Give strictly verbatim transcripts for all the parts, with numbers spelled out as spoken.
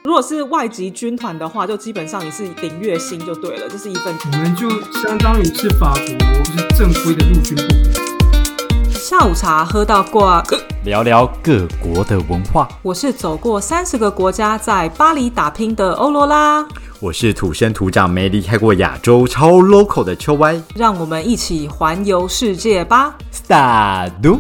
如果是外籍军团的话，就基本上你是领月薪就对了，就是一份。 我们就相当于是法国就是正规的陆军部队。 下午茶喝到挂， 聊聊各国的文化。 我是走过三十个国家，在巴黎打拼的欧罗拉。 我是土生土长没离开过亚洲超 local 的秋歪。 让我们一起环游世界吧。 萨杜。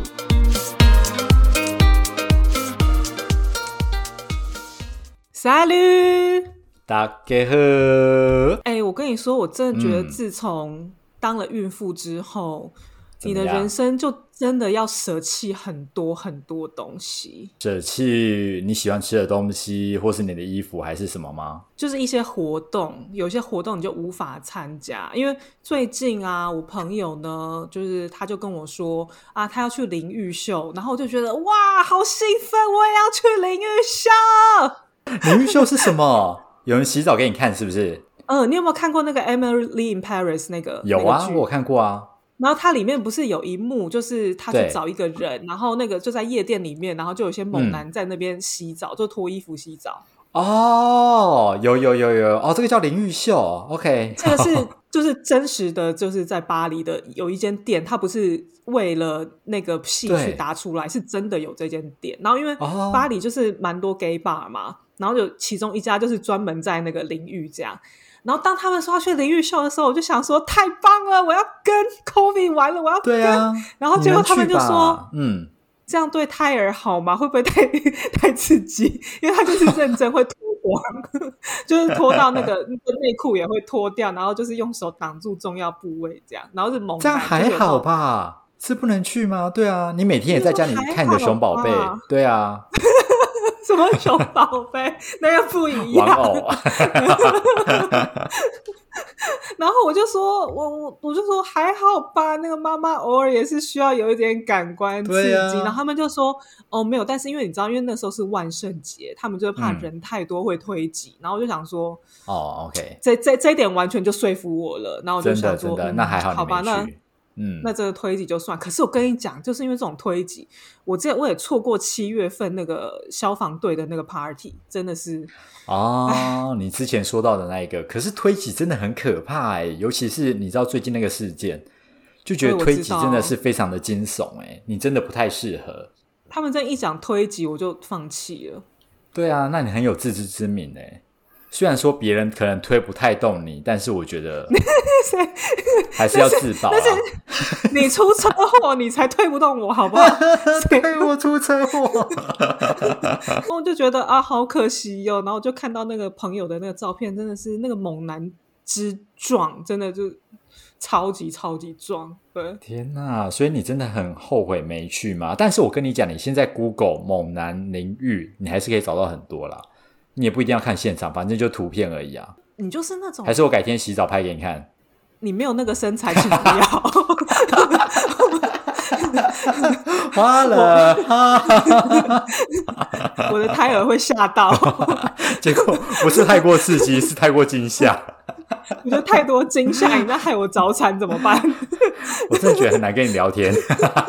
Salut， 大家好。 哎、欸，我跟你说，我真的觉得自从当了孕妇之后，嗯、你的人生就真的要舍弃很多很多东西。 舍弃你喜欢吃的东西，或是你的衣服，还是什么吗？ 就是一些活动，有些活动你就无法参加。因为最近啊，我朋友呢，就是他就跟我说啊，他要去淋浴秀，然后我就觉得哇，好兴奋，我也要去淋浴秀。 淋浴秀是什么？有人洗澡给你看是不是？ 嗯、呃，你有没有看过那个 Emily in Paris 那个？ 有啊， 那个我有看过啊。 然后它里面不是有一幕，就是他去找一个人，然后那个就在夜店里面，然后就有些猛男在那边洗澡，嗯、就脱衣服洗澡。 哦，有有有有哦，这个叫淋浴秀 ，OK， 这个是就是真实的，就是在巴黎的有一间店，它不是为了那个戏去搭出来，是真的有这间店。然后因为巴黎就是蛮多 gay bar 嘛，然后就其中一家就是专门在那个淋浴这样。然后当他们说要去淋浴秀的时候，我就想说太棒了，我要跟 COVID 完了，我要跟。 对啊， 然后结果他们就说， 嗯， 这样对胎儿好吗？会不会太太刺激？因为他就是认真会脱光，就是脱到那个内裤也会脱掉，然后就是用手挡住重要部位这样，然后是猛男。 这样还好吧？是不能去吗？对啊，你每天也在家里看你的熊宝贝，对啊。 什么熊宝贝？那个不一样。玩偶。然后我就说，我我我就说还好吧，那个妈妈偶尔也是需要有一点感官刺激。啊、然后他们就说哦没有，但是因为你知道，因为那时候是万圣节，他们就怕人太多会推挤。嗯、然后我就想说， 哦 ，OK， 这这这一点完全就说服我了。然后我就想说， 真的真的，嗯、那还好你没去， 好吧，那。嗯，那这个推挤就算。可是我跟你讲，就是因为这种推挤，我之前我也错过七月份那个消防队的那个 party， 真的是哦。你之前说到的那一个，可是推挤真的很可怕哎、欸，尤其是你知道最近那个事件，就觉得推挤真的是非常的惊悚哎、欸，你真的不太适合。 他们这一讲推挤，我就放弃了。 对啊，那你很有自知之明哎、欸。虽然说别人可能推不太动你，但是我觉得还是要自保啊。 你出车祸你才推不动我好不好？ 对，我出车祸。 我就觉得啊好可惜哟、哦，然后我就看到那个朋友的那个照片，真的是那个猛男之壮，真的就超级超级壮。对， 天哪，所以你真的很后悔没去吗？但是我跟你讲，你现在 Google 猛男淋浴，你还是可以找到很多啦。你也不一定要看现场，反正就图片而已啊。 你就是那种， 还是我改天洗澡拍给你看。 你没有那个身材，请不要。 花了， 我, 我的胎儿会吓到。 结果不是太过刺激，是太过惊吓。 我觉得太多惊吓，你那害我早产怎么办？ 我真的觉得很难跟你聊天。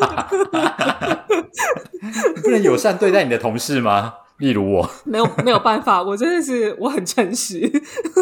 你不能友善对待你的同事吗？例如我没有没有办法，我真的是我很诚实。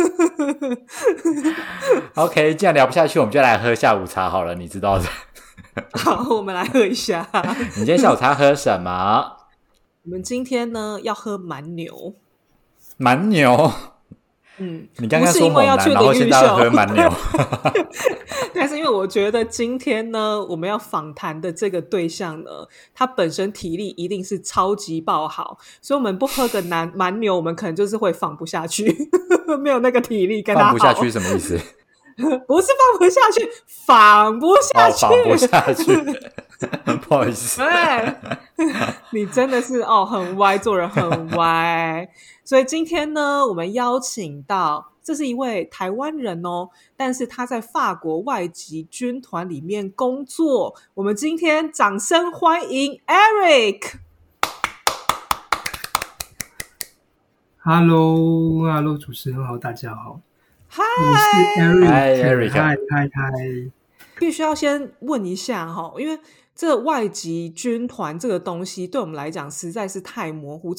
OK， 既然聊不下去，我们就来喝下午茶好了，你知道的。 好，我们来喝一下。 你今天下午茶喝什么？ 我们今天呢要喝蛮牛。 蛮牛？ 嗯， 你刚刚说猛男，然后现在要喝蛮牛。 但是因为我觉得今天呢，我们要访谈的这个对象呢，他本身体力一定是超级爆好，所以我们不喝个蛮蛮牛，我们可能就是会放不下去，没有那个体力跟他好。 放不下去什么意思？ 不是放不下去，放不下去， 哦、放不下去。不好意思， 对，你真的是哦，很歪，做人很歪。所以今天呢，我们邀请到，这是一位台湾人哦，但是他在法国外籍军团里面工作。我们今天掌声欢迎 Eric。Hello，Hello， 主持人好，大家好。 嗨， 我是 Eric。 嗨， 嗨，嗨， 必须要先问一下哈，因为这外籍军团这个东西对我们来讲实在是太模糊，这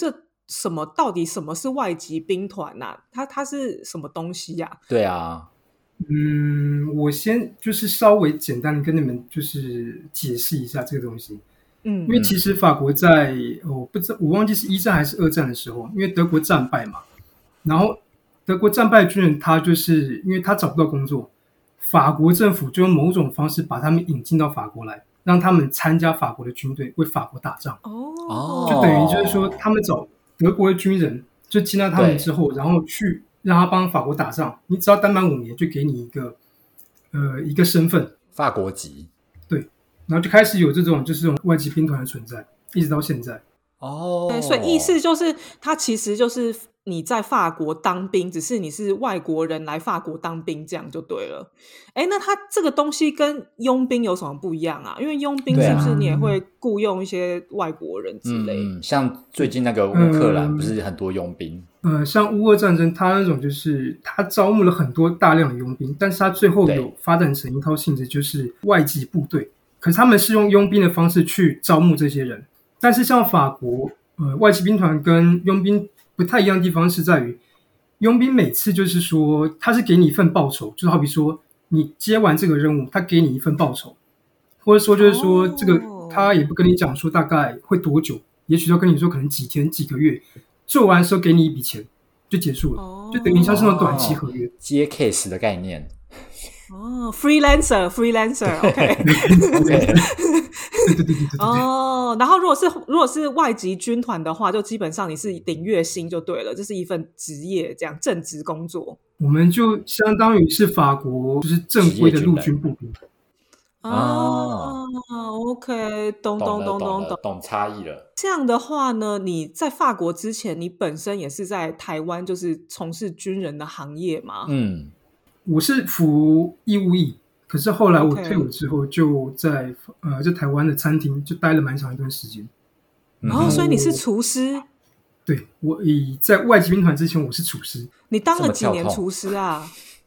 什么到底什么是外籍兵团啊？它它是什么东西呀、啊？ 对啊， 嗯，我先就是稍微简单的跟你们就是解释一下这个东西。嗯，因为其实法国在我不知道我忘记是一战还是二战的时候，因为德国战败嘛，然后德国战败军人他就是因为他找不到工作，法国政府就用某种方式把他们引进到法国来，让他们参加法国的军队为法国打仗。 哦， 就等于就是说他们找德国的军人就接纳他们之后，然后去让他帮法国打仗，你只要待满五年就给你一个呃一个身份， 法国籍。 对，然后就开始有这种就是这种外籍兵团的存在，一直到现在。 哦， 对，所以意思就是他其实就是你在法国当兵，只是你是外国人来法国当兵，这样就对了。哎，那他这个东西跟佣兵有什么不一样啊？因为佣兵是不是你也会雇佣一些外国人之类？ 嗯，像最近那个乌克兰不是很多佣兵？ 呃，像乌俄战争，他那种就是他招募了很多大量的佣兵，但是他最后有发展成一套性质，就是外籍部队。可是他们是用佣兵的方式去招募这些人。但是像法国，呃，外籍兵团跟佣兵不太一样的地方是在于，佣兵每次就是说他是给你一份报酬，就好比说你接完这个任务，他给你一份报酬，或者说就是说这个他也不跟你讲说大概会多久，也许就跟你说可能几天几个月，做完的时候给你一笔钱就结束了，就等于像是那种短期合约， 接 case 的概念。 哦 ，freelancer freelancer，OK， 对对对对对。 哦，然后如果是如果是外籍军团的话，就基本上你是领月薪就对了，这是一份职业，这样正职工作。 我们就相当于是法国就是正规的陆军步兵。 哦 ，OK， 懂懂懂懂懂， 懂差异了。 这样的话呢，你在法国之前，你本身也是在台湾就是从事军人的行业吗？ 嗯。我是服义务役，可是后来我退伍之后就在、okay. 呃在台湾的餐厅就待了蛮长一段时间。 哦、嗯，所以你是厨师？ 对，我以在外籍兵团之前我是厨师。 你当了几年厨师啊？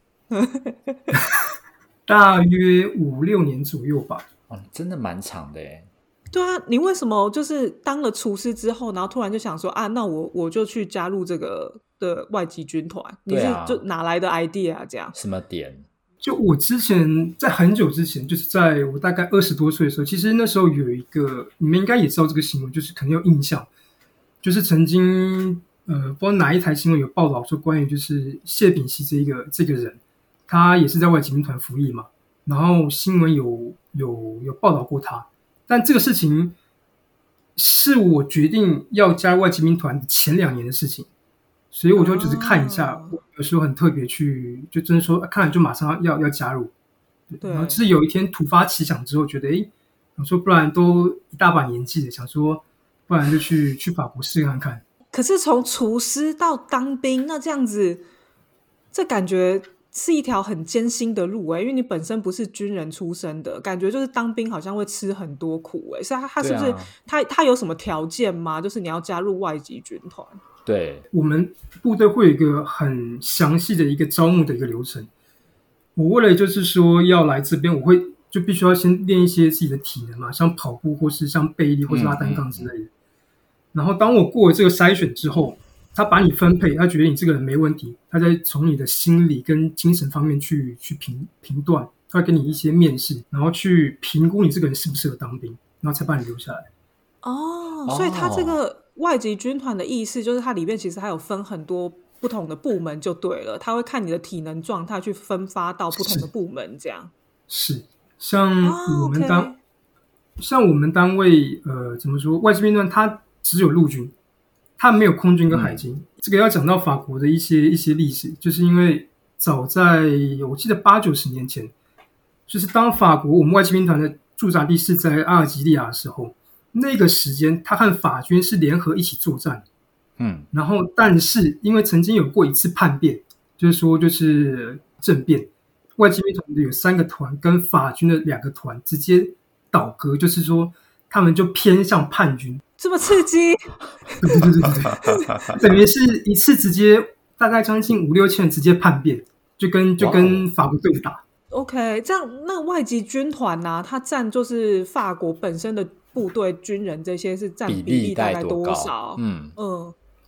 大约五六年左右吧。 哦，真的蛮长的耶。 对啊，你为什么就是当了厨师之后，然后突然就想说啊，那我我就去加入这个的外籍军团？你是就哪来的 idea 啊？这样什么点？ 就我之前在很久之前，就是在我大概二十多岁的时候，其实那时候有一个你们应该也知道这个新闻，就是可能有印象，就是曾经呃不知道哪一台新闻有报道说关于就是谢炳熙这个这个人，他也是在外籍兵团服役嘛，然后新闻有有有报道过他。但这个事情是我决定要加入外籍兵团前两年的事情，所以我就只是看一下，哦、我有时候很特别去，就真的说看了就马上要要加入。对，然后只是有一天突发奇想之后，觉得哎，想说不然都一大把年纪了，想说不然就去去法国试看看。 可是从厨师到当兵，那这样子，这感觉是一条很艰辛的路、欸、因为你本身不是军人出身的，感觉就是当兵好像会吃很多苦、欸、所以他他是不是、啊、他他有什么条件吗？就是你要加入外籍军团？ 对， 我们部队会有一个很详细的一个招募的一个流程。我为了就是说要来这边，我会就必须要先练一些自己的体能嘛，像跑步或是像背力或是拉单杠之类的、嗯嗯、然后当我过了这个筛选之后，他把你分配，他觉得你这个人没问题，他再从你的心理跟精神方面去去评评断，他会给你一些面试，然后去评估你这个人适不适合当兵，然后才把你留下来。 哦，所以他这个外籍军团的意思就是它里面其实还有分很多不同的部门就对了，他会看你的体能状态去分发到不同的部门，这样。 是，像我们单、哦 okay、像我们单位呃怎么说，外籍兵团它只有陆军，它没有空军跟海军、嗯、这个要讲到法国的一些一些历史，就是因为早在我记得八九十年前，就是当法国我们外籍兵团的驻扎地是在阿尔及利亚的时候，那个时间他和法军是联合一起作战，嗯，然后但是因为曾经有过一次叛变，就是说就是政变，外籍兵团的有三个团跟法军的两个团直接倒戈，就是说他们就偏向叛军。 这么刺激？ 对对对对对，等于是一次直接大概将近五六千人直接叛变，就跟就跟法国对打。 OK， 这样那外籍军团啊，它占就是法国本身的部队军人这些是占比例大概多少？ 嗯嗯，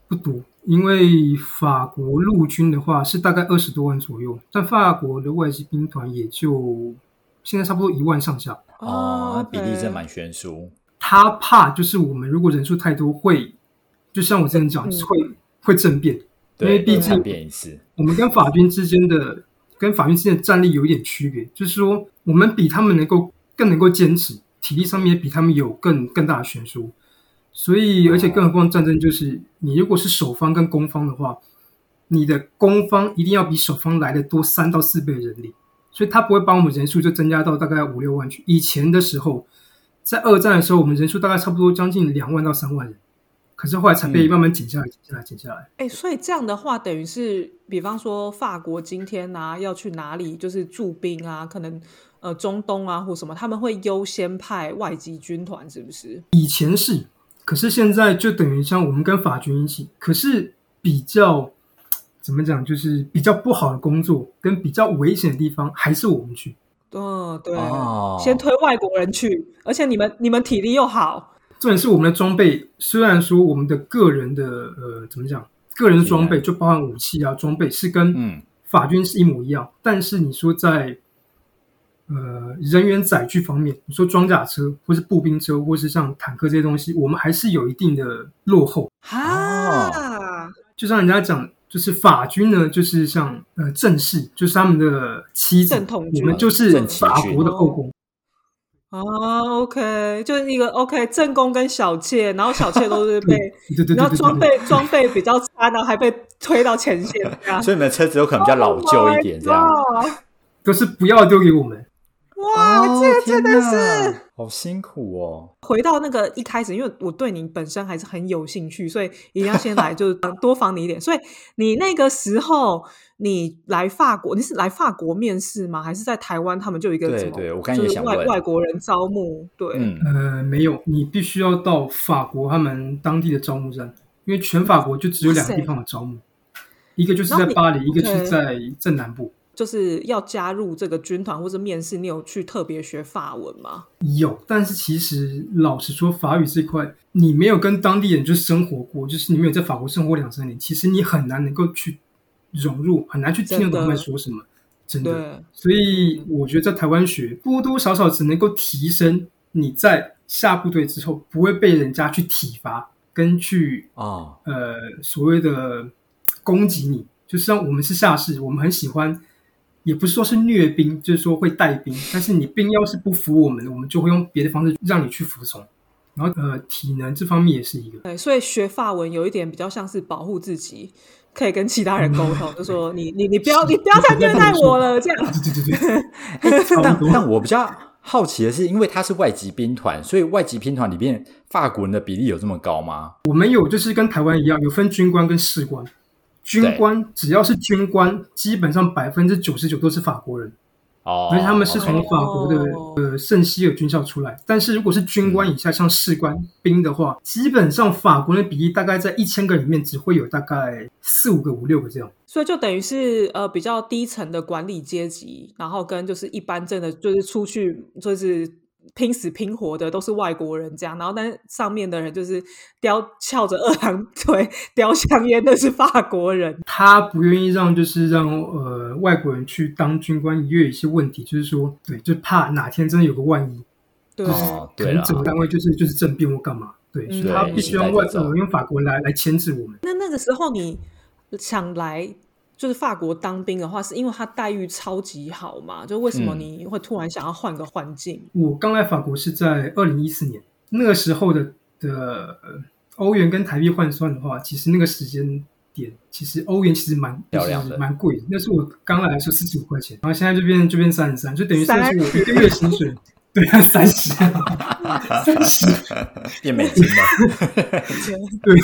不多，因为法国陆军的话是大概二十多万左右，但法国的外籍兵团也就现在差不多一万上下。 哦，那比例真蛮悬殊。 他怕就是我们如果人数太多会，就像我之前讲，嗯、会会政变，因为毕竟我们跟法军之间的跟法军之间的战力有一点区别，就是说我们比他们能够更能够坚持，体力上面比他们有更更大的悬殊。所以，而且更何况战争就是你如果是守方跟攻方的话，你的攻方一定要比守方来的多三到四倍的人力，所以他不会把我们人数就增加到大概五六万去。以前的时候，在二战的时候，我们人数大概差不多将近两万到三万人，可是后来才被慢慢减下来、减下来、减下来。 哎、欸，所以这样的话，等于是，比方说法国今天啊要去哪里，就是驻兵啊，可能呃中东啊或什么，他们会优先派外籍军团，是不是？ 以前是。可是现在就等于像我们跟法军一起，可是比较怎么讲，就是比较不好的工作跟比较危险的地方，还是我们去。 嗯，对， 哦、 先推外国人去，而且你们你们体力又好。 重点是我们的装备，虽然说我们的个人的呃怎么讲，个人的装备就包含武器啊装备是跟法军是一模一样，嗯、但是你说在呃，人员载具方面，你说装甲车或是步兵车或是像坦克这些东西，我们还是有一定的落后啊。 就像人家讲，就是法军呢，就是像呃正式，就是他们的妻子，我们就是法国的后宫。 哦 ，OK， 就是一个 OK 正宫跟小妾，然后小妾都是被， 对对对， 然后装备装备比较差，然后还被推到前线，这样。 所以你们的车子有可能比较老旧一点，这样。 Oh 都是不要丢给我们。 哇，哦、这个真的是好辛苦哦！ 回到那个一开始，因为我对你本身还是很有兴趣，所以一定要先来就多访你一点。所以你那个时候你来法国，你是来法国面试吗？还是在台湾他们就有一个对对，我刚才也想问， 就是外外国人招募？对， 嗯、呃，没有，你必须要到法国他们当地的招募站，因为全法国就只有两个地方的招募，一个就是在巴黎，一个是在正南部。 就是要加入这个军团或者面试，你有去特别学法文吗？ 有，但是其实老实说，法语这块你没有跟当地人就生活过，就是你没有在法国生活两三年，其实你很难能够去融入，很难去听得懂他们说什么，真的。真的所以我觉得在台湾学多多少少只能够提升你在下部队之后不会被人家去体罚跟去、哦、呃所谓的攻击你，就是像我们是下士，我们很喜欢。也不是说是虐兵，就是说会带兵，但是你兵要是不服我们，我们就会用别的方式让你去服从。然后呃，体能这方面也是一个。 对，所以学法文有一点比较像是保护自己，可以跟其他人沟通，嗯、就说你你你不要你不要再虐待我了，这样。 对对对对。 但但我比较好奇的是，因为它是外籍兵团，所以外籍兵团里面法国人的比例有这么高吗？ 我们有，就是跟台湾一样，有分军官跟士官。军官只要是军官，基本上百分之九十九都是法国人，哦，而且他们是从法国的、哦、呃圣希尔军校出来。但是如果是军官以下，嗯、像士官兵的话，基本上法国的比例大概在一千个里面只会有大概四五个、五六个这样。 所以就等于是呃比较低层的管理阶级，然后跟就是一般真的就是出去就是。拼死拼活的都是外国人这样，然后但上面的人就是叼翘着二郎腿叼香烟的是法国人。 他不愿意让就是让呃外国人去当军官，也有一些问题，就是说对，就怕哪天真的有个万一， 对， 就是可能整个单位就是就是政变或干嘛，对，所以他必须用外呃用法国人来来牵制我们。 那那个时候你想来。就是法国当兵的话，是因为他待遇超级好嘛？就为什么你会突然想要换个环境？ 嗯、我刚来法国是在二零一四年，那个时候的的欧元跟台币换算的话，其实那个时间点，其实欧元其实蛮就是蛮贵的。那是我刚来的时候四十五块钱，然后现在就变就变三十三，就等于算是我一个月薪水。对啊，三十，三十变美金了。 对，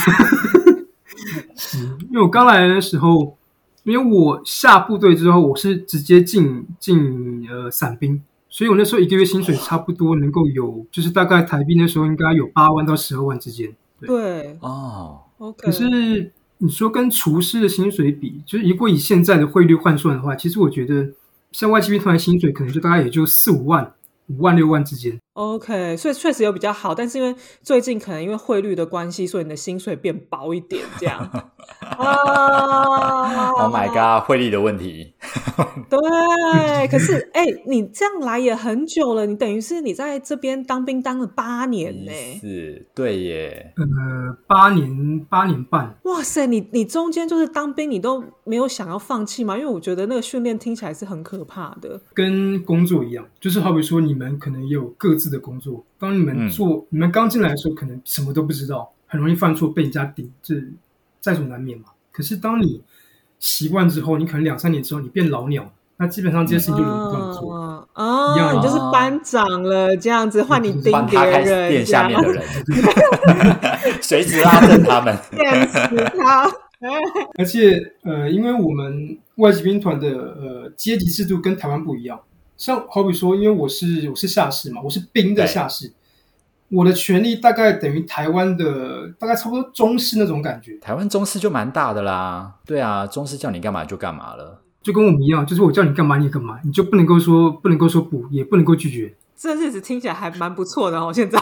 因为我刚来的时候。因为我下部队之后，我是直接进进呃伞兵，所以我那时候一个月薪水差不多能够有，就是大概台币那时候应该有八万到十二万之间。 对，对哦 ，OK。 可是你说跟厨师的薪水比，就是如果以现在的汇率换算的话，其实我觉得像外籍兵团的薪水可能就大概也就四五万， 五万六万之间。 OK， 所以确实有比较好，但是因为最近可能因为汇率的关系，所以你的薪水变薄一点这样。 啊 ！Oh my god， 汇率的问题。 对，可是哎、欸，你这样来也很久了，你等于是你在这边当兵当了八年呢、欸。 是，对耶。 呃，八年八年半。 哇塞，你你中间就是当兵，你都没有想要放弃吗？因为我觉得那个训练听起来是很可怕的。 跟工作一样，就是好比说你们可能也有各自的工作，当你们做、嗯、你们刚进来的时候，可能什么都不知道，很容易犯错被人家顶，这在所难免嘛。可是当你习惯之后，你可能两三年之后你变老鸟，那基本上这些事情就轮不到做。 哦、啊啊，你就是班长了，这样子换你盯别人， 电下面的人，随时拉正他们， 电死他。 而且呃，因为我们外籍兵团的呃阶级制度跟台湾不一样，像好比说，因为我是我是下士嘛，我是兵的下士，我的权力大概等于台湾的大概差不多中士那种感觉。 台湾中士就蛮大的啦，对啊，中士叫你干嘛就干嘛了， 就跟我们一样，就是我叫你干嘛你也干嘛，你就不能够说不能够说不，也不能够拒绝。 这日子听起来还蛮不错的哦，现在。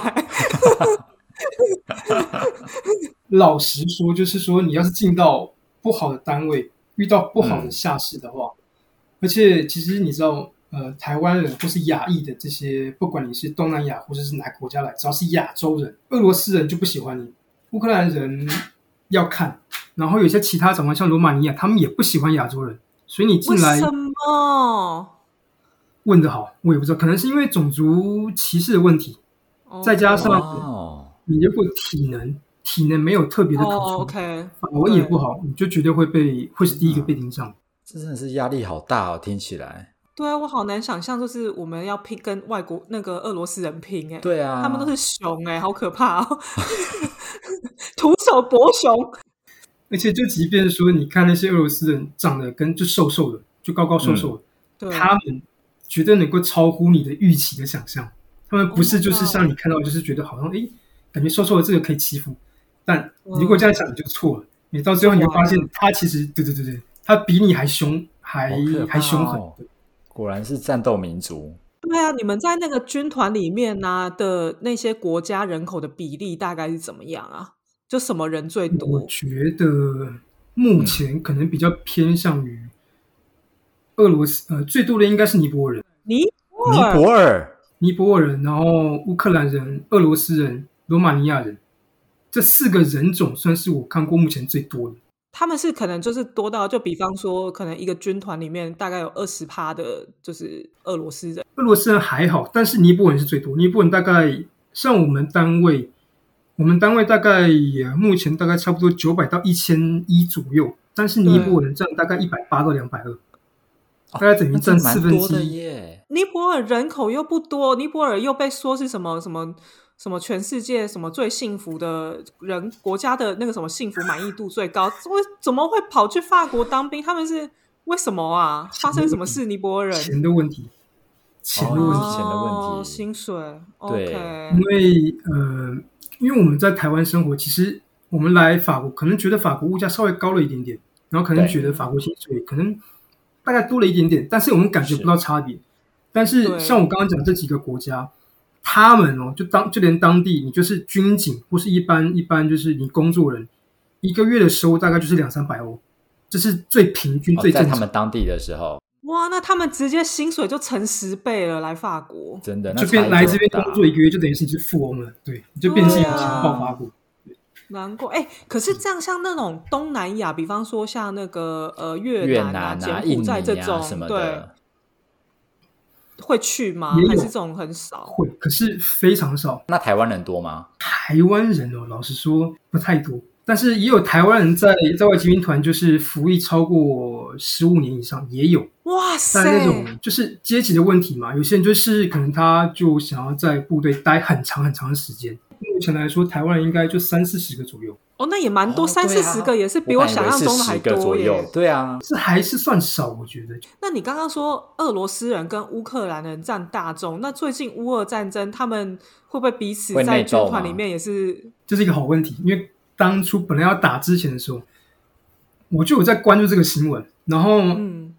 老实说，就是说你要是进到不好的单位，遇到不好的下士的话，嗯、而且其实你知道，呃，台湾人或是亚裔的这些，不管你是东南亚或者是哪个国家来，只要是亚洲人，俄罗斯人就不喜欢你，乌克兰人要看，然后有些其他长官像罗马尼亚，他们也不喜欢亚洲人，所以你进来为什么？ 问得好，我也不知道，可能是因为种族歧视的问题， oh, 再加上、oh. 你如果体能。体能没有特别的突出， oh, okay. 法文也不好，你就绝对会被会是第一个被盯上。 这真的是压力好大哦，听起来。 对啊，我好难想象，就是我们要拼跟外国那个俄罗斯人拼哎， 对啊， 他们都是熊哎，好可怕哦，徒手搏熊。 而且就即便说，你看那些俄罗斯人长得跟就瘦瘦的，就高高瘦瘦的，嗯、他们绝对能够超乎你的预期的想象。他们不是就是像你看到，就是觉得好像哎，感觉瘦瘦的这个可以欺负。但如果这样想你就错了，你到最后你会发现他其实对对对对，他比你还凶，还、哦、还凶狠。 果然是战斗民族。 对啊，你们在那个军团里面啊的那些国家人口的比例大概是怎么样啊？就什么人最多？ 我觉得目前可能比较偏向于俄罗斯，呃，最多的应该是尼泊尔人。 尼泊尔，尼泊尔， 尼泊尔人，然后乌克兰人、俄罗斯人、罗马尼亚人。这四个人种算是我看过目前最多的。 他们是可能就是多到，就比方说，可能一个军团里面大概有二十趴的，就是俄罗斯人。 俄罗斯人还好，但是尼泊尔人是最多。尼泊尔人大概像我们单位，我们单位大概也目前大概差不多九百到一千一左右，但是尼泊尔人占大概一百八到两百二，大概等于占四分之一。 尼泊尔人口又不多，尼泊尔又被说是什么什么。什么全世界什么最幸福的人国家的那个什么幸福满意度最高，怎么会跑去法国当兵？他们是为什么啊？发生什么事？尼泊尔人钱的问题，钱的问题， 钱的问题， 薪水。 对， okay. 因为呃，因为我们在台湾生活，其实我们来法国可能觉得法国物价稍微高了一点点，然后可能觉得法国薪水可能大概多了一点点，但是我们感觉不到差别。但是像我刚刚讲这几个国家。他们哦，就当就连当地，你就是军警或是一般一般，就是你工作人，一个月的收入大概就是两三百欧，这是最平均、哦、最正常。 在他们当地的时候， 哇，那他们直接薪水就乘十倍了，来法国， 真的， 就变来这边工作一个月就等于是你是富翁了，对，你就变成有钱暴发户。 难怪哎、欸，可是这样像那种东南亚，比方说像那个呃越南啊、柬埔寨这种， 什么的对。会去吗？还是这种很少？ 会，可是非常少。 那台湾人多吗？ 台湾人哦，老实说不太多，但是也有台湾人在在外籍兵团就是服役超过十五年以上，也有。 哇塞！ 但那种就是阶级的问题嘛，有些人就是可能他就想要在部队待很长很长的时间。目前来说，台湾人应该就三四十个左右。 哦，那也蛮多，三、哦啊、四十个也是比我想象中的还多耶。 对啊， 这还是算少，我觉得。 那你刚刚说俄罗斯人跟乌克兰人占大众，那最近乌俄战争，他们会不会彼此在军团里面也是？ 这是一个好问题，因为当初本来要打之前的时候，我就有在关注这个新闻，然后，嗯，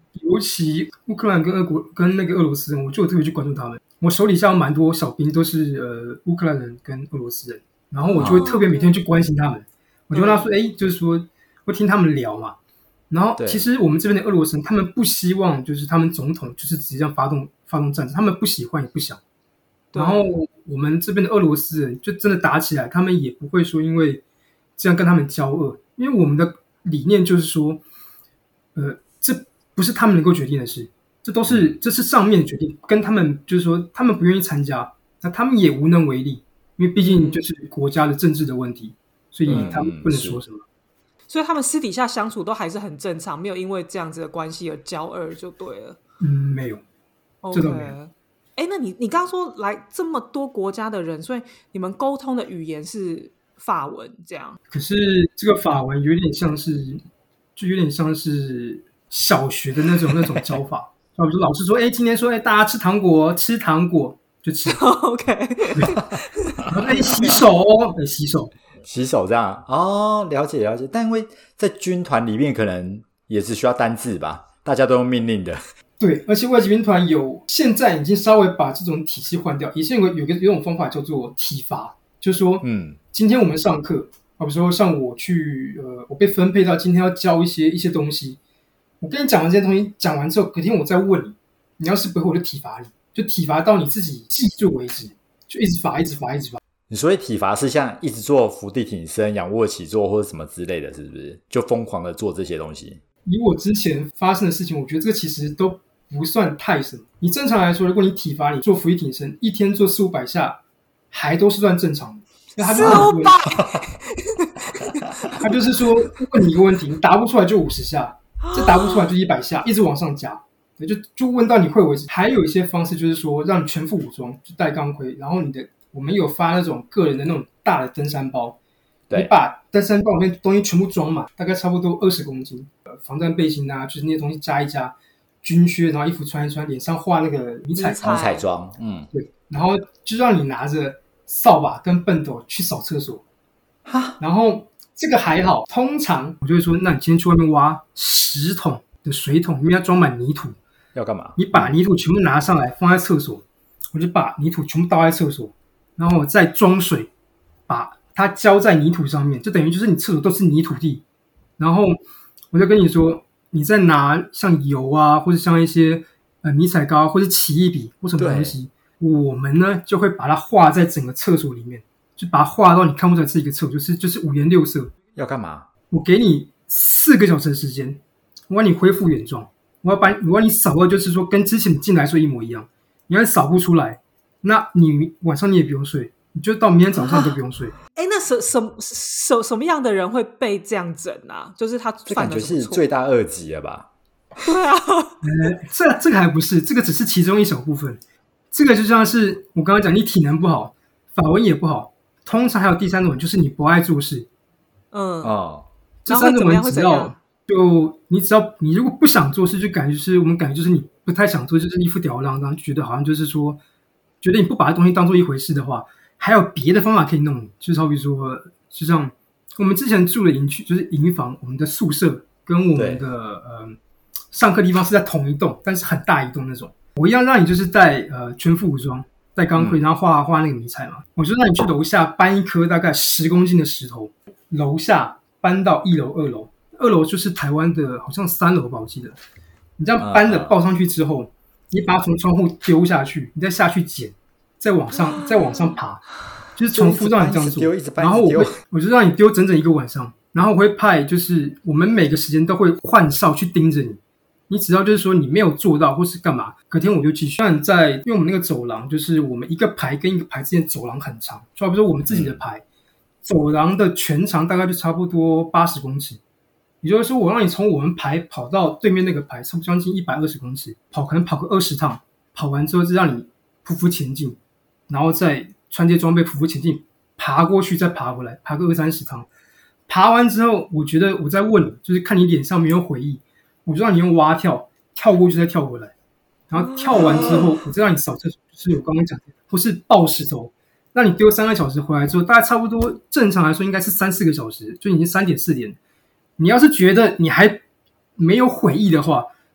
尤其乌克兰跟俄国跟那个俄罗斯人，我就有特别去关注他们。我手底下有蛮多小兵都是呃乌克兰人跟俄罗斯人，然后我就会特别每天去关心他们。哦、我就问他说：“哎、嗯，就是说会听他们聊嘛。”然后其实我们这边的俄罗斯人，他们不希望就是他们总统就是直接这样发动发动战争，他们不喜欢也不想。然后我们这边的俄罗斯人就真的打起来，他们也不会说因为这样跟他们交恶，因为我们的理念就是说，呃，这不是他们能够决定的事，这都是这是上面的决定，跟他们就是说他们不愿意参加，那他们也无能为力，因为毕竟就是国家的政治的问题，所以他们不能说什么。 嗯、所以他们私底下相处都还是很正常，没有因为这样子的关系而交恶就对了。 嗯，没有，这都没有。 哎，那你你刚刚说来这么多国家的人，所以你们沟通的语言是法文这样？ 可是这个法文有点像是，就有点像是小学的那种那种教法。比如说老师说，哎，今天说，哎，大家吃糖果，吃糖果就吃。 OK。 然后哎，洗手哦，哎，洗手， 洗手这样哦，了解了解。但因为在军团里面，可能也是需要单字吧，大家都用命令的。 对，而且外籍兵团有现在已经稍微把这种体系换掉，以前有个有个有种方法叫做体罚，就是说，嗯，今天我们上课，比如说像我去，呃，我被分配到今天要教一些一些东西，我跟你讲完这些东西，讲完之后，隔天我再问你，你要是不会，我就体罚你，就体罚到你自己记住为止，就一直罚，一直罚，一直罚。 你所谓体罚是像一直做伏地挺身、仰卧起坐或者什么之类的，是不是？就疯狂的做这些东西？ 以我之前发生的事情，我觉得这个其实都不算太什么。你正常来说，如果你体罚你做伏地挺身，一天做四五百下，还都是算正常的。四五百，他就是说问你一个问题，你答不出来就五十下，这答不出来就一百下，一直往上加，就就问到你会为止。还有一些方式就是说，让你全副武装，就戴钢盔，然后你的我们有发那种个人的那种大的登山包，你把登山包里面东西全部装满，大概差不多二十公斤，防弹背心啊，就是那些东西加一加。军靴，然后衣服穿一穿，脸上画那个迷彩迷彩妆，嗯， 对，然后就让你拿着扫把跟畚斗去扫厕所，哈，然后这个还好，通常我就会说，那你今天去外面挖十桶的水桶，因为要装满泥土， 要干嘛？ 你把泥土全部拿上来放在厕所，我就把泥土全部倒在厕所，然后我再装水，把它浇在泥土上面，就等于就是你厕所都是泥土地，然后我就跟你说。你再拿像油啊，或者像一些呃迷彩膏，或者奇异笔或什么东西，我们呢就会把它画在整个厕所里面，就把它画到你看不出来是一个厕所，就是就是五颜六色。 要干嘛？ 我给你四个小时的时间，我让你恢复原状，我要把我让你扫到，就是说跟之前你进来说一模一样。你要扫不出来，那你晚上你也不用睡。你就到明天早上都不用睡。 哎、啊，那什什什什么样的人会被这样整啊？就是他犯了什么错？ 这感觉是罪大恶极了吧？ 对啊， 呃，这这个还不是，这个只是其中一小部分。这个就像是我刚刚讲，你体能不好，法文也不好，通常还有第三种，就是你不爱做事。 嗯哦， 这三种人只要就你只要你如果不想做事，就感觉就是我们感觉就是你不太想做，就是一副吊儿郎当，就觉得好像就是说，觉得你不把东西当做一回事的话。还有别的方法可以弄，就是好比说，就像我们之前住的营区，就是营房，我们的宿舍跟我们的呃上课地方是在同一栋，但是很大一栋那种。我一样让你就是带呃全副武装，带钢盔，然后画画那个迷彩嘛。我就让你去楼下搬一颗大概十公斤的石头，楼下搬到一楼、二楼，二楼就是台湾的好像三楼吧，我记得。你这样搬的抱上去之后，你把它从窗户丢下去，你再下去捡。再往上，再往上爬，就是重复让你这样做。然后我会，我就让你丢整整一个晚上。然后我会派，就是我们每个时间都会换哨去盯着你。你只要就是说你没有做到或是干嘛，隔天我就继续。但在因为我们那个走廊，就是我们一个排跟一个排之间走廊很长，就好比说我们自己的排，走廊的全长大概就差不多八十公尺。也就是说，我让你从我们排跑到对面那个排，差不多将近一百二十公尺，跑可能跑个二十趟，跑完之后就让你匍匐前进。然后再穿这些装备匍匐前进，爬过去再爬回来，爬个二三十趟。爬完之后，我觉得我再问你，就是看你脸上没有悔意，我就让你用蛙跳跳过去再跳回来。然后跳完之后，我再让你扫厕所，就是我刚刚讲的，或是抱石头，让你丢三个小时回来之后，大概差不多正常来说应该是三四个小时，就已经三点四点。你要是觉得你还没有悔意的话，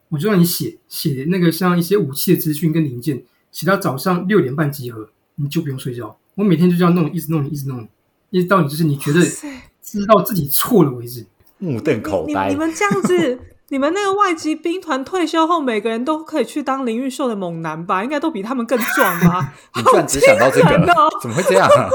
我就让你写写那个像一些武器的资讯跟零件，写到早上六点半集合，你就不用睡觉。我每天就这样弄，一直弄，一直弄，一直到你就是你觉得知道自己错了为止。 目瞪口呆。 你, 你, 你们这样子，你们那个外籍兵团退休后，每个人都可以去当林育秀的猛男吧？应该都比他们更壮吧？ 你居然只想到这个， 哦、 怎么会这样啊？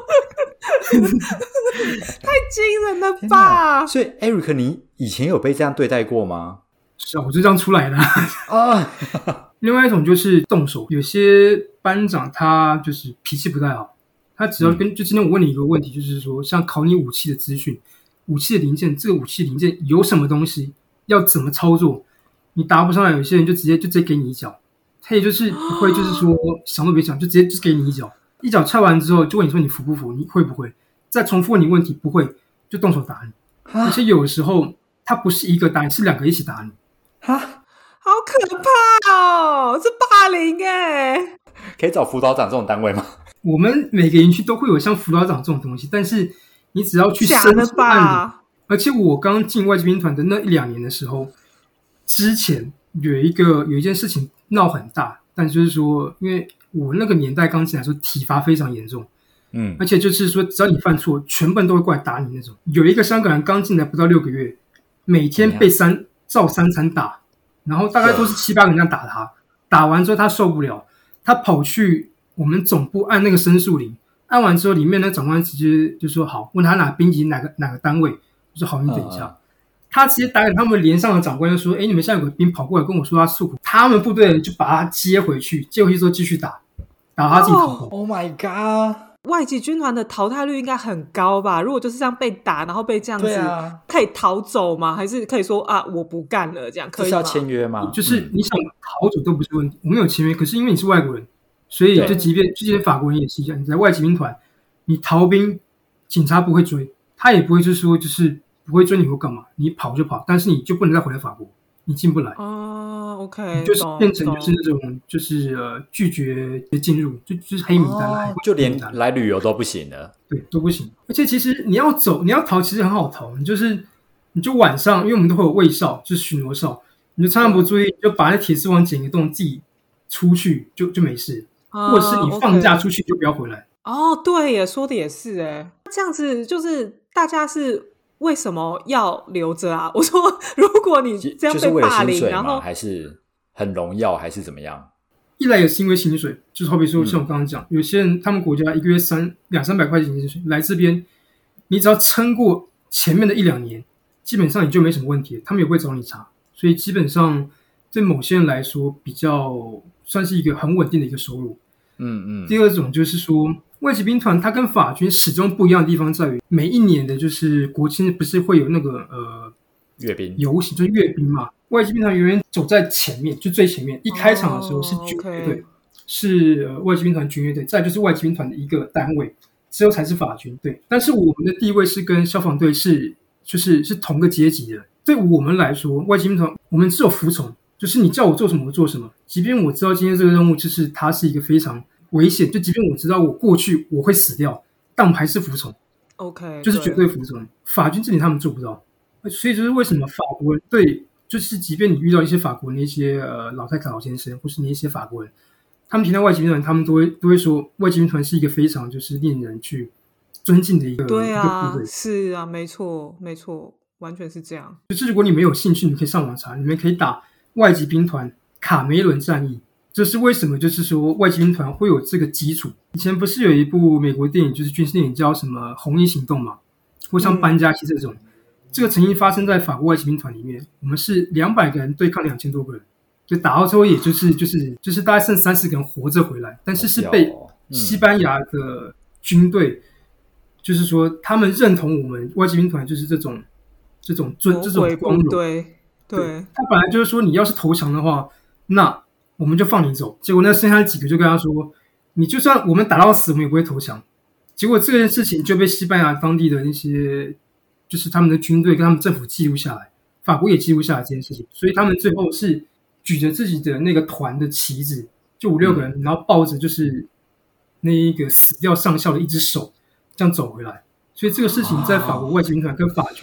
太惊人了吧！ 所以 Eric 你以前有被这样对待过吗？ 是啊，我就这样出来的啊。另外一种就是动手，有些班长他就是脾气不太好，他只要跟、嗯、就今天我问你一个问题，就是说像考你武器的资讯、武器的零件，这个武器零件有什么东西，要怎么操作，你答不上来，有些人就直接就直接给你一脚，他也就是不会，就是说想都别想，就直接就给你一脚，一脚踹完之后就问你说你服不服，你会不会，再重复问你问题，不会就动手打你，而且有的时候他不是一个打你，是两个一起打你。 哈， 好可怕哦！这霸凌哎、欸， 可以找辅导长这种单位吗？ 我们每个营区都会有像辅导长这种东西，但是你只要去申诉案里。而且我刚进外籍兵团的那一两年的时候，之前有一个有一件事情闹很大，但就是说，因为我那个年代刚进来的时候，体罚非常严重，嗯，而且就是说，只要你犯错，全部人都会过来打你那种。有一个香港人刚进来不到六个月，每天被三。照三餐打，然后大概都是七八个人这样打他，打完之后他受不了，他跑去我们总部按那个申诉铃，按完之后里面的长官直接就说好，问他哪兵级哪个哪个单位，我说好，你等一下，嗯、他直接打给他们连上的长官就说，哎，你们现在有个兵跑过来跟我说他诉苦，他们部队的人就把他接回去，接回去之后继续打，打他自己逃跑。 Oh my god！ 外籍军团的淘汰率应该很高吧？如果就是这样被打，然后被这样子， 啊、 可以逃走吗？还是可以说啊，我不干了，这样可以吗？ 是要签约吗？ 就是你想逃走都不是问题，我们有签约，可是因为你是外国人，所以就即便就即便法国人也是一样，你在外籍兵团，你逃兵，警察不会追，他也不会就是说就是不会追你或干嘛，你跑就跑，但是你就不能再回来法国，你进不来。 哦 ，OK， 你就是变成就是那种就是呃拒绝进入，就就是黑名单了、哦， 就连来旅游都不行了， 对，都不行。而且其实你要走，你要逃，其实很好逃，你就是你就晚上，因为我们都会有卫哨，就是巡逻哨，你就常常不注意，你就把那铁丝网剪一个洞，自己出去就就没事，哦、或者是你放假出去就不要回来。 哦，对耶，说的也是哎，这样子就是大家是。为什么要留着啊？我说，如果你这样被霸凌， 就是、 然后还是很荣耀，还是怎么样？ 一来也是因为薪水，就是好比说像我刚刚讲、嗯，有些人他们国家一个月三两三百块钱薪水，来这边，你只要撑过前面的一两年，基本上你就没什么问题，他们也不会找你查，所以基本上对某些人来说，比较算是一个很稳定的一个收入。嗯嗯。第二种就是说。外籍兵团它跟法军始终不一样的地方在于，每一年的就是国庆不是会有那个呃阅兵游行，就是阅兵嘛。外籍兵团永远走在前面，就最前面。一开场的时候是军乐队， oh, okay. 是、呃、外籍兵团军乐队，再就是外籍兵团的一个单位，之后才是法军队。但是我们的地位是跟消防队是就是是同个阶级的。对我们来说，外籍兵团我们只有服从，就是你叫我做什么我做什么，即便我知道今天这个任务就是它是一个非常。危险，就即便我知道我过去我会死掉，但我还是服从。 OK， 就是绝对服从。法军这点他们做不到，所以就是为什么法国人对，就是即便你遇到一些法国人那些呃老太太、老先生，或是那些法国人，他们提到外籍兵团，他们都会都会说外籍兵团是一个非常就是令人去尊敬的一个对啊， 一个部队。 是啊，没错，没错，完全是这样。 就是如果你没有兴趣，你可以上网查，你们可以打外籍兵团卡梅伦战役。这是为什么？就是说，外籍兵团会有这个基础。以前不是有一部美国电影，就是军事电影，叫什么《红衣行动》嘛，或像班加西这种、嗯，这个曾经发生在法国外籍兵团里面。我们是两百个人对抗两千多个人，就打到最后，也就是就是就是大概剩三四个人活着回来，但是是被西班牙的军队，嗯、就是说他们认同我们外籍兵团就是这种这种尊这种光荣。 对对， 他本来就是说，你要是投降的话，那我们就放你走。结果那剩下几个就跟他说，你就算我们打到死我们也不会投降。结果这件事情就被西班牙当地的那些就是他们的军队跟他们政府记录下来，法国也记录下来这件事情，所以他们最后是举着自己的那个团的旗子，就五六个人、嗯、然后抱着就是那一个死掉上校的一只手这样走回来。所以这个事情在法国外籍兵团跟法军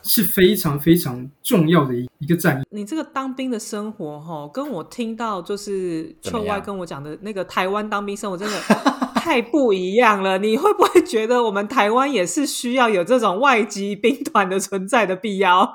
是非常非常重要的一个战役。 你这个当兵的生活齁，跟我听到就是秋外跟我讲的那个台湾当兵生活真的太不一样了。你会不会觉得我们台湾也是需要有这种外籍兵团的存在的必要？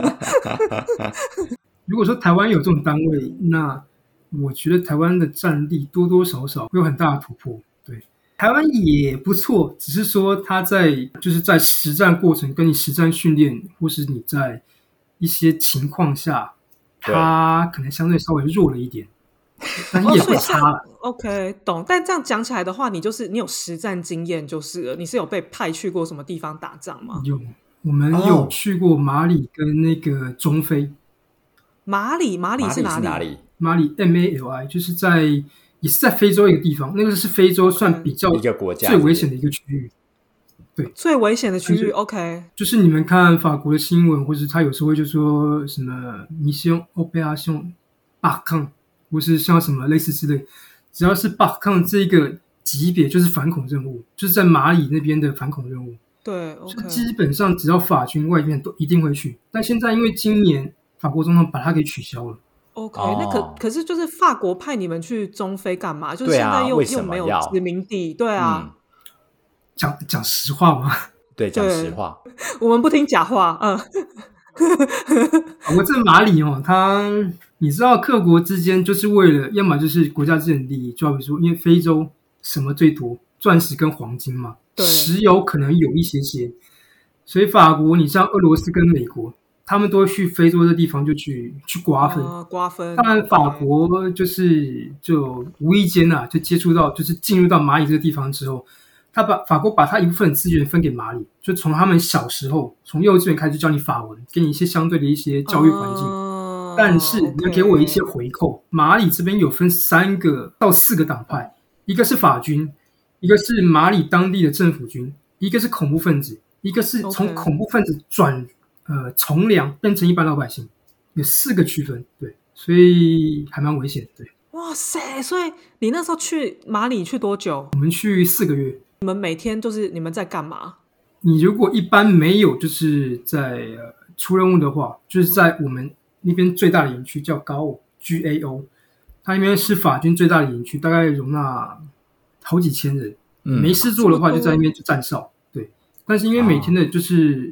如果说台湾有这种单位，那我觉得台湾的战力多多少少会有很大的突破。对，台湾也不错，只是说它在就是在实战过程跟你实战训练，或是你在一些情况下，它可能相对稍微弱了一点，但也不差了。 哦、OK， 懂。但这样讲起来的话，你就是你有实战经验就是了。你是有被派去过什么地方打仗吗？ 有，我们有去过马里跟那个中非。 马里，马里是哪里？ 哪里？ 马里 M A L I 就是在也是在非洲一个地方，那个是非洲算比较一个国家最危险的一个区域。对， 最危险的区域。OK， 就是你们看法国的新闻，或者他有时候会就说什么 Mission Operation Barkhane， 或是像什么类似之类，只要是 Barkhane 这个级别，就是反恐任务，就是在马里那边的反恐任务。 对 ，OK， 基本上只要法军外面都一定会去。但现在因为今年法国总统把它给取消了。 OK， 那可可是就是法国派你们去中非干嘛？就是现在又、啊、又没有殖民地，对啊。 嗯、讲讲实话吗？ 对，讲实话， 我们不听假话。嗯， 我这马里哦，他你知道，各国之间就是为了，要么就是国家之间的利益，就好比说，因为非洲什么最多，钻石跟黄金嘛，石油可能有一些些，所以法国，你像俄罗斯跟美国。他们都会去非洲的地方就去去瓜分、 呃、瓜分。 当然法国就是就无意间啊就接触到就是进入到马里这个地方之后，他把法国把他一部分资源分给马里，就从他们小时候从幼稚园开始教你法文，给你一些相对的一些教育环境、呃、但是你要给我一些回扣、okay、马里这边有分三个到四个党派，一个是法军，一个是马里当地的政府军，一个是恐怖分子，一个是从恐怖分子转呃，从良变成一般老百姓，有四个区分，对，所以还蛮危险，对。 哇塞！所以你那时候去马里去多久？ 我们去四个月。 你们每天就是你们在干嘛？ 你如果一般没有就是在、呃、出任务的话，就是在我们那边最大的营区叫高欧 G A O， 它那边是法军最大的营区，大概容纳好几千人。嗯、没事做的话，就在那边就站哨，对。但是因为每天的就是。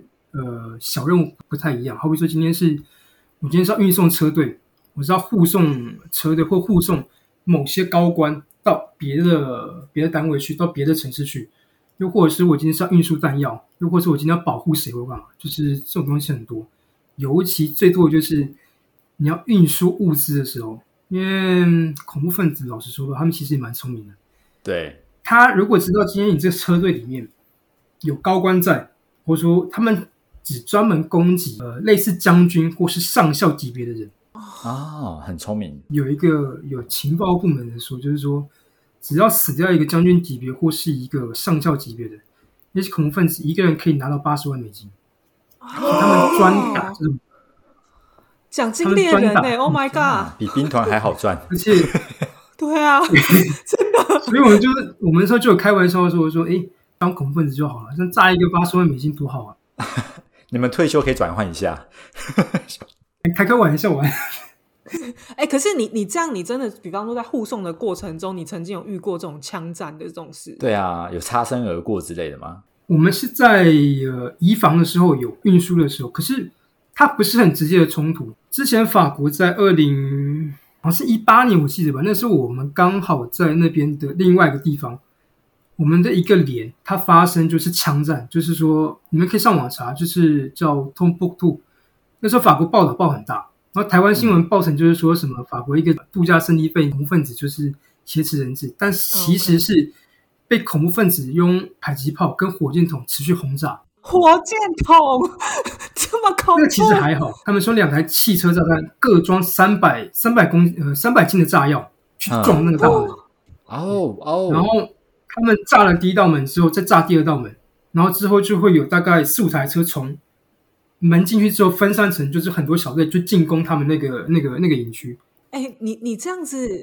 呃，小任务不太一样，好比说今天是我今天是要运送车队，我是要护送车队或护送某些高官到别的别的单位去，到别的城市去，又或者是我今天是要运输弹药，又或者是我今天要保护谁或干嘛，就是这种东西很多。尤其最多的就是你要运输物资的时候，因为恐怖分子老实说，他们其实也蛮聪明的。 对， 他如果知道今天你这个车队里面有高官在，或者说他们只专门攻击呃类似将军或是上校级别的人哦，很聪明。 有一个有情报部门的说，就是说只要死掉一个将军级别或是一个上校级别的那些恐怖分子，一个人可以拿到八十万美金。哦、他们专打这种奖金猎人欸 ！Oh my god， 比兵团还好赚， 而且对啊，真的。 所以我们就是我们那时候就有开玩笑说说，哎，当恐怖分子就好了，像炸一个八十万美金多好啊！ 你们退休可以转换一下， 开开玩笑玩。 哎、欸，可是你你这样，你真的，比方说在护送的过程中，你曾经有遇过这种枪战的这种事？ 对啊，有擦身而过之类的吗？ 我们是在呃移防的时候有运输的时候，可是它不是很直接的冲突。之前法国在二零好像是一八年我记得吧，那时候我们刚好在那边的另外一个地方。我们的一个连它发生就是枪战，就是说你们可以上网查，就是叫 Tombouctou。那时候法国报道报很大，然后台湾新闻报成就是说什么法国一个度假胜地被恐怖分子就是挟持人质，但其实是被恐怖分子用迫击炮跟火箭筒持续轰炸。 火箭筒这么恐怖？ 那个其实还好，他们说两台汽车炸弹各装三百三百公呃三百斤的炸药去撞那个大门。 哦哦， 然后他们炸了第一道门之后，再炸第二道门，然后之后就会有大概四五台车从门进去之后分散成，就是很多小队就进攻他们那个那个那个营区。 哎、欸，你你这样子，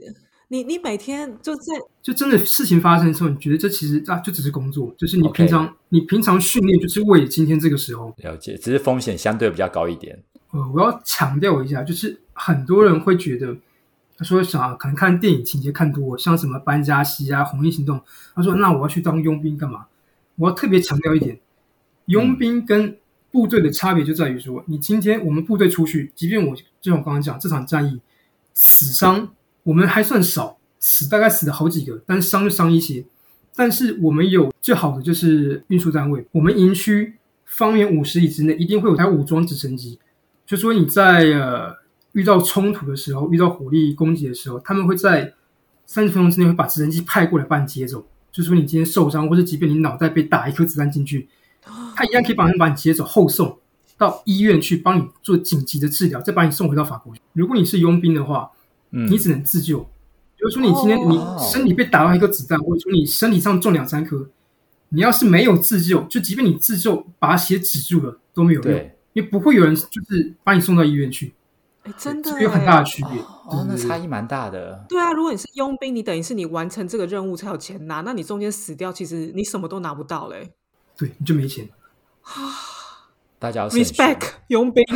你你每天就在就真的事情发生的时候，你觉得这其实啊就只是工作，就是你平常、okay. 你平常训练就是为了今天这个时候。 了解，只是风险相对比较高一点。 呃，我要强调一下，就是很多人会觉得，他说想可能看电影情节看多，像什么班加西啊、红衣行动，他说那我要去当佣兵干嘛？我要特别强调一点，佣兵跟部队的差别就在于说，你今天我们部队出去，即便我就像我刚刚讲这场战役死伤我们还算少，死大概死了好几个，但是伤就伤一些。但是我们有最好的就是运输单位，我们营区方圆五十里之内一定会有台武装直升机，就说你在呃遇到冲突的时候，遇到火力攻击的时候，他们会在三十分钟之内会把直升机派过来把你接走，就说你今天受伤，或者即便你脑袋被打一颗子弹进去，他一样可以把你把你接走，后送到医院去帮你做紧急的治疗，再把你送回到法国。如果你是佣兵的话，嗯、你只能自救。比如说你今天你身体被打到一颗子弹，或者说你身体上中两三颗，你要是没有自救，就即便你自救把血止住了都没有用，因为不会有人就是把你送到医院去。 哎，真的有很大的区别。 哦，哦那差异蛮大的。 对啊，如果你是佣兵，你等于是你完成这个任务才有钱拿，那你中间死掉，其实你什么都拿不到嘞。 对，你就没钱。 大家要慎选 respect 佣兵，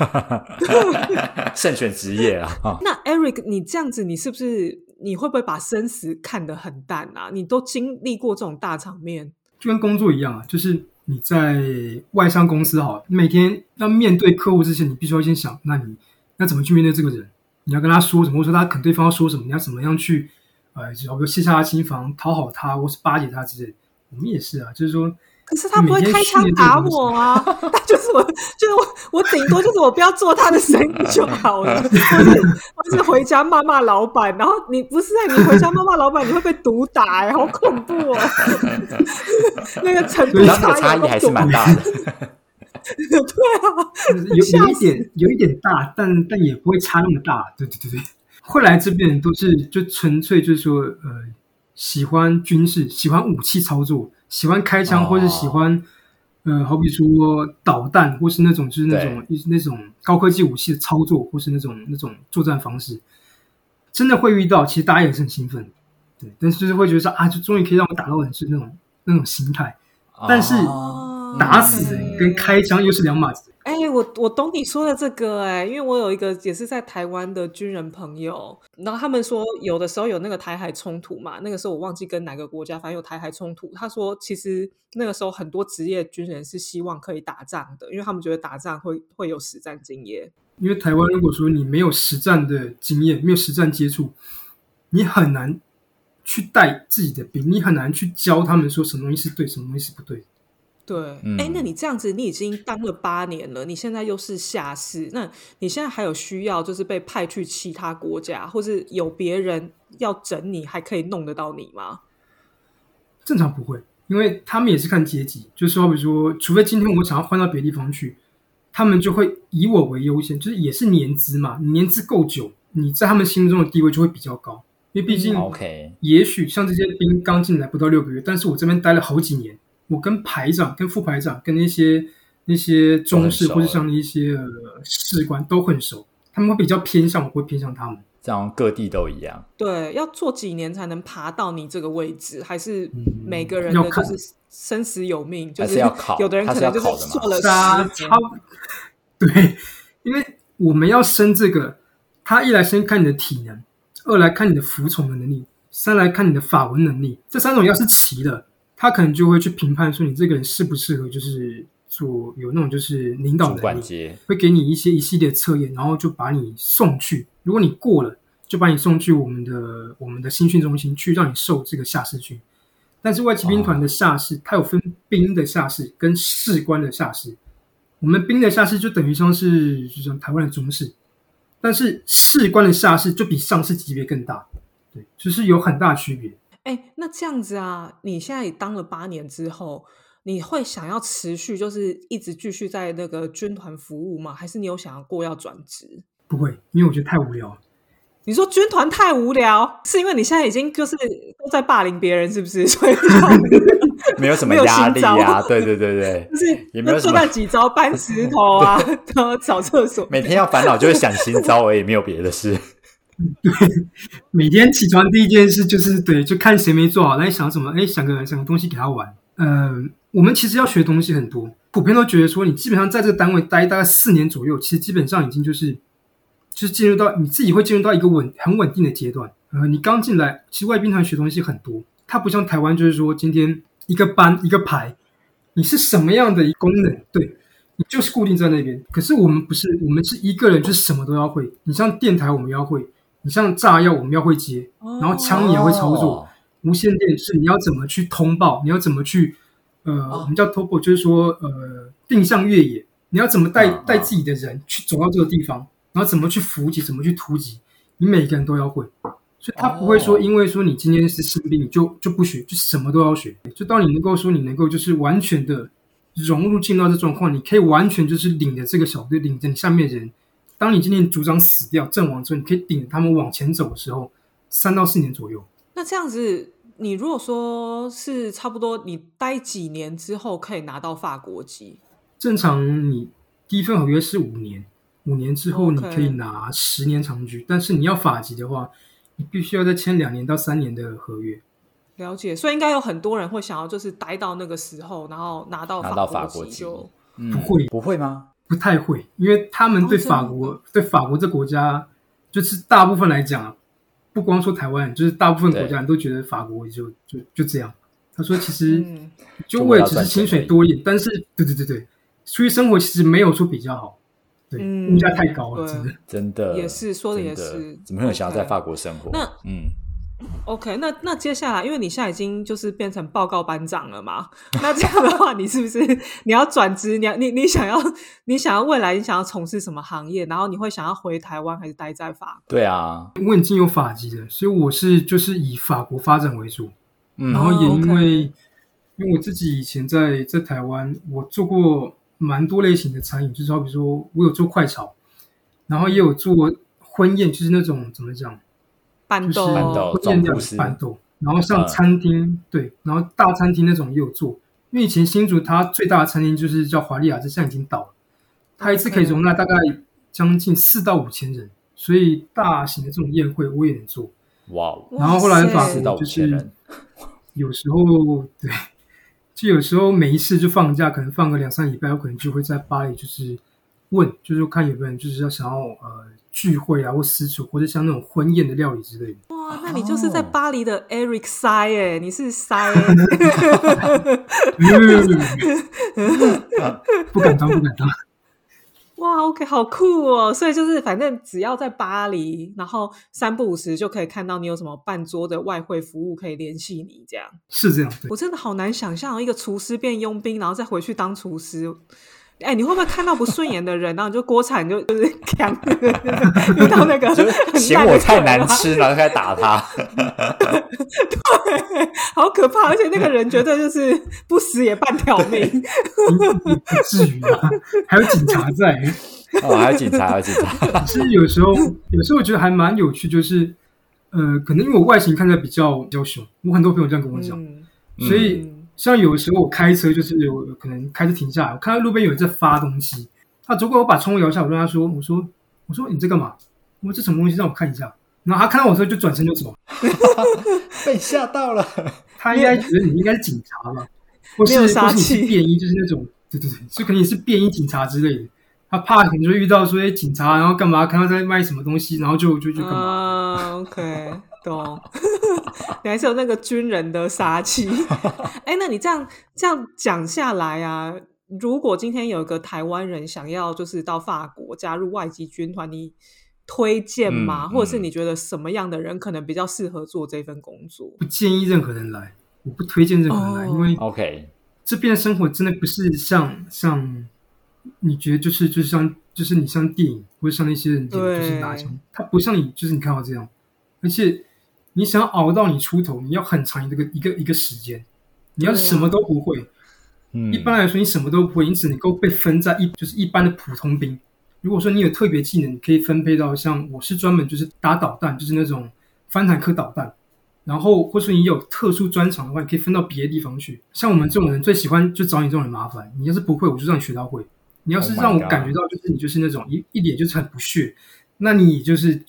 慎选职业啊。 那 Eric， 你这样子，你是不是你会不会把生死看得很淡啊？你都经历过这种大场面， 就跟工作一样啊，就是你在外商公司好，每天要面对客户之前，你必须要先想，那你要怎么去面对这个人？你要跟他说什么，或者说他可能对方要说什么，你要怎么样去呃，比如卸下他心防，讨好他，或是巴结他之类的。我们也是啊，就是说。 可是他不会开枪打我啊，他就是我，就是我，我顶多就是我不要做他的生意就好了，或是或是回家骂骂老板，然后你不是在你回家骂骂老板，你会被毒打、欸，好恐怖哦！那个程度差异还是蛮大的。 对啊， 有有一点有一点大，但但也不会差那么大。对对对对，会来这边都是就纯粹就是说呃喜欢军事，喜欢武器操作。喜欢开枪，或是喜欢、哦、呃，好比说导弹，或是那种就是那种那种高科技武器的操作，或是那种那种作战方式，真的会遇到，其实大家也是很兴奋，对，但是就是会觉得说啊，就终于可以让我打到人，是那种那种心态，但是打死人跟开枪又是两码子。 哎、欸，我我懂你说的这个哎、欸，因为我有一个也是在台湾的军人朋友，然后他们说有的时候有那个台海冲突嘛，那个时候我忘记跟哪个国家，反正有台海冲突。他说其实那个时候很多职业军人是希望可以打仗的，因为他们觉得打仗会会有实战经验。 因为台湾如果说你没有实战的经验，没有实战接触，你很难去带自己的兵，你很难去教他们说什么东西是对，什么东西是不对。 对，哎、嗯欸，那你这样子，你已经当了八年了，你现在又是下士，那你现在还有需要就是被派去其他国家，或是有别人要整你，还可以弄得到你吗？ 正常不会，因为他们也是看阶级，就是说，比如说，除非今天我想要换到别的地方去，他们就会以我为优先，就是也是年资嘛，你年资够久，你在他们心中的地位就会比较高，因为毕竟， OK， 也许像这些兵刚进来不到六个月，但是我这边待了好几年。我跟排长、跟副排长、跟那些那些中士或者像一些、呃、士官都很熟，他们会比较偏向我，不会偏向他们。 这样各地都一样。 对，要做几年才能爬到你这个位置？还是每个人的就是生死有命？就是要考， 有的人可能就是做了十年。 对，因为我们要升这个，他一来先看你的体能，二来看你的服从的能力，三来看你的法文能力。这三种要是齐了。他可能就会去评判说你这个人适不适合，就是做有那种就是领导能力，会给你一些一系列测验，然后就把你送去。如果你过了，就把你送去我们的我们的新训中心去，让你受这个下士训。但是外籍兵团的下士，哦、它有分兵的下士跟士官的下士。我们兵的下士就等于像是就像台湾的中士，但是士官的下士就比上士级别更大，对，就是有很大区别。 哎，那这样子啊，你现在当了八年之后，你会想要持续就是一直继续在那个军团服务吗？还是你有想要过要转职？ 不会，因为我觉得太无聊了。 你说军团太无聊，是因为你现在已经就是都在霸凌别人，是不是？所以没有什么压力啊，对对对对， 就是也没有什么作战几招，搬石头啊，然后找厕所， 每天要烦恼就是想新招而已，没有别的事。 对，每天起床第一件事就是对，就看谁没做好，那想什么，哎，想个想个东西给他玩。呃，我们其实要学的东西很多，普遍都觉得说，你基本上在这个单位待大概四年左右，其实基本上已经就是就是进入到你自己会进入到一个稳很稳定的阶段。呃，你刚进来，其实外兵团学东西很多，它不像台湾，就是说今天一个班一个排，你是什么样的功能，对。你就是固定在那边，可是我们不是，我们是一个人，就是什么都要会。你像电台我们要会，你像炸药我们要会接，然后枪你也会操作，无线电是你要怎么去通报，你要怎么去，呃，我们叫 topo， 就是说呃定向越野，你要怎么带带自己的人去走到这个地方，然后怎么去伏击，怎么去突击，你每个人都要会。所以他不会说，因为说你今天是新兵，你就就不学，就什么都要学。就当你能够说，你能够就是完全的融入进到这状况，你可以完全就是领着这个小队，领着你下面的人。当你今天组长死掉阵亡之后，你可以顶着他们往前走的时候，三到四年左右。 那这样子，你如果说是差不多，你待几年之后可以拿到法国籍？ 正常你第一份合约是五年，五年之后你可以拿十年长居， okay. 但是你要法籍的话，你必须要再签两年到三年的合约。 了解，所以应该有很多人会想要就是待到那个时候，然后拿到法国籍就、 嗯、不会不会吗？ 不太会，因为他们对法国、哦、对法国这国家，就是大部分来讲，不光说台湾人，就是大部分国家人都觉得法国就就就这样。他说其实就为了只是薪水多一点，但是对对对对，出去生活其实没有说比较好，对、嗯、物价太高了，真的真的也是说的也是， 怎么会有想要在法国生活？ 那嗯。 OK， 那那接下来，因为你现在已经就是变成报告班长了嘛，那这样的话，你是不是你要转职？你要你你想要你想要未来你想要从事什么行业？然后你会想要回台湾还是待在法国？ 对啊， 我已经有法籍的，所以我是就是以法国发展为主。嗯，然后也因为、哦 okay、因为我自己以前在在台湾，我做过蛮多类型的餐饮，就是好比说我有做快炒，然后也有做婚宴，就是那种怎么讲？ 板豆、 就是婚宴料理板豆，然后像餐厅、嗯、对，然后大餐厅那种也有做。因为以前新竹它最大的餐厅就是叫华丽亚，这现在已经倒了，它一次可以容纳大概将近四到五千人，所以大型的这种宴会我也能做。 哇！ 然后后来法国就是有时候对，就有时候每一次就放假，可能放个两三礼拜，我可能就会在巴黎就是问，就是看有没有人就是要想要呃。聚会啊，或私厨，或者像那种婚宴的料理之类的。 哇，那你就是在巴黎的 Eric 塞哎，你是塞、欸， 不敢当，不敢当。 哇 ，OK， 好酷哦！所以就是反正只要在巴黎，然后三不五时就可以看到你有什么办桌的外汇服务可以联系你，这样是这样。 我真的好难想象一个厨师变佣兵，然后再回去当厨师。哎，你会不会看到不顺眼的人，然后你就锅铲就就是扛遇到那个嫌我菜难吃，然后开始打他？ 对，好可怕！而且那个人绝对就是不死也半条命。 你不至于啊，还有警察在。 哦，还有警察，还有警察。 其实有时候，有时候我觉得还蛮有趣，就是呃，可能因为我外形看起来比较比较凶，我很多朋友这样跟我讲，嗯、所以。嗯像有时候我开车就是有可能开车停下来，我看到路边有人在发东西，他如果我把窗户摇下，我跟他说：“我说我说你在干嘛？我说这什么东西让我看一下。”然后他看到我之后就转身就走， 被吓到了。 他应该觉得你应该是警察吧，或是或是你是便衣，就是那种对对对，所以可能你是便衣警察之类的。他怕可能就遇到说哎警察，然后干嘛看到在卖什么东西，然后就就就干嘛。 啊 ，OK。懂，你还是有那个军人的杀气。哎，那你这样这样讲下来啊，如果今天有一个台湾人想要就是到法国加入外籍军团，你推荐吗？嗯、或者是你觉得什么样的人可能比较适合做这份工作？ 不建议任何人来，我不推荐任何人来，哦、因为 OK 这边的生活真的不是像像你觉得就是就是像就是你像电影或者像那些人就是拿枪，他不像你就是你看到这样，而且。你想要熬到你出头，你要很长一个一个一个时间。你要什么都不会，嗯，一般来说你什么都不会，因此你够被分在一就是一般的普通兵。如果说你有特别技能，你可以分配到像我是专门就是打导弹，就是那种反坦克导弹。然后或者你有特殊专长的话，你可以分到别的地方去。像我们这种人最喜欢就找你这种人麻烦。你要是不会，我就让你学到会。你要是让我感觉到就是你就是那种一一脸就是很不屑，那你就是就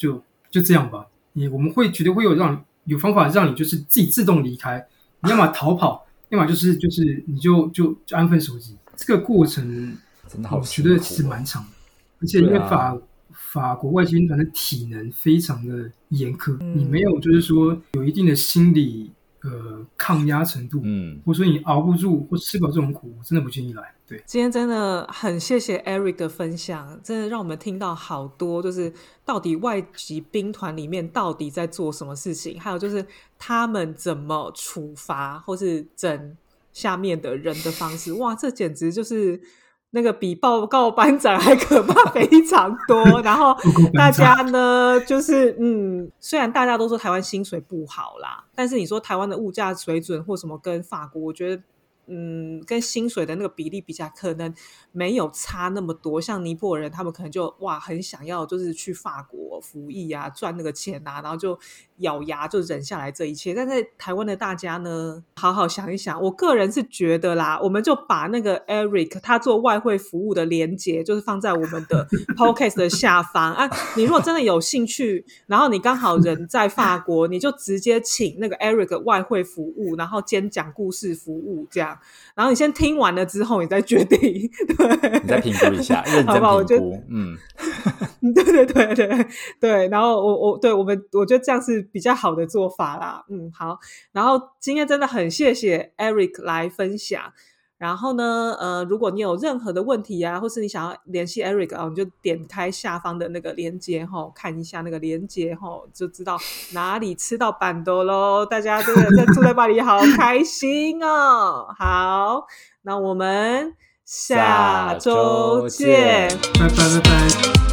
就这样吧。你我们会觉得会有让有方法让你就是自己自动离开，你要么逃跑，要么就是就是你就就就安分守己。这个过程真的好， 我觉得其实蛮长的，而且因为法、啊、法国外籍兵团的体能非常的严苛，嗯、你没有就是说有一定的心理呃抗压程度，嗯，或者说你熬不住或吃不了这种苦，我真的不建议来。对， 今天真的很谢谢 Eric 的分享，真的让我们听到好多，就是到底外籍兵团里面到底在做什么事情，还有就是他们怎么处罚或是整下面的人的方式。哇，这简直就是那个比报告班长还可怕非常多。然后大家呢，就是嗯，虽然大家都说台湾薪水不好啦，但是你说台湾的物价水准或什么跟法国，我觉得嗯，跟薪水的那个比例比起来，可能没有差那么多。像尼泊尔人，他们可能就哇很想要，就是去法国服役啊，赚那个钱啊，然后就咬牙就忍下来这一切。但在台湾的大家呢，好好想一想，我个人是觉得啦，我们就把那个 Eric 他做外汇服务的连结，就是放在我们的 podcast 的下方啊。你如果真的有兴趣，然后你刚好人在法国，你就直接请那个 Eric 外汇服务，然后兼讲故事服务这样。然后你先听完了之后，你再决定，对， 你再评估一下，认真评估，嗯， 对对对对对。然后我我对我们，我觉得这样是比较好的做法啦，嗯，好。然后今天真的很谢谢 Eric 来分享。然后呢，呃，如果你有任何的问题啊，或是你想要联系 Eric 啊，你就点开下方的那个连结齁，看一下那个连结齁，就知道哪里吃到板豆咯。大家真的在住在巴黎好开心哦。好，那我们下周见， 拜拜拜拜。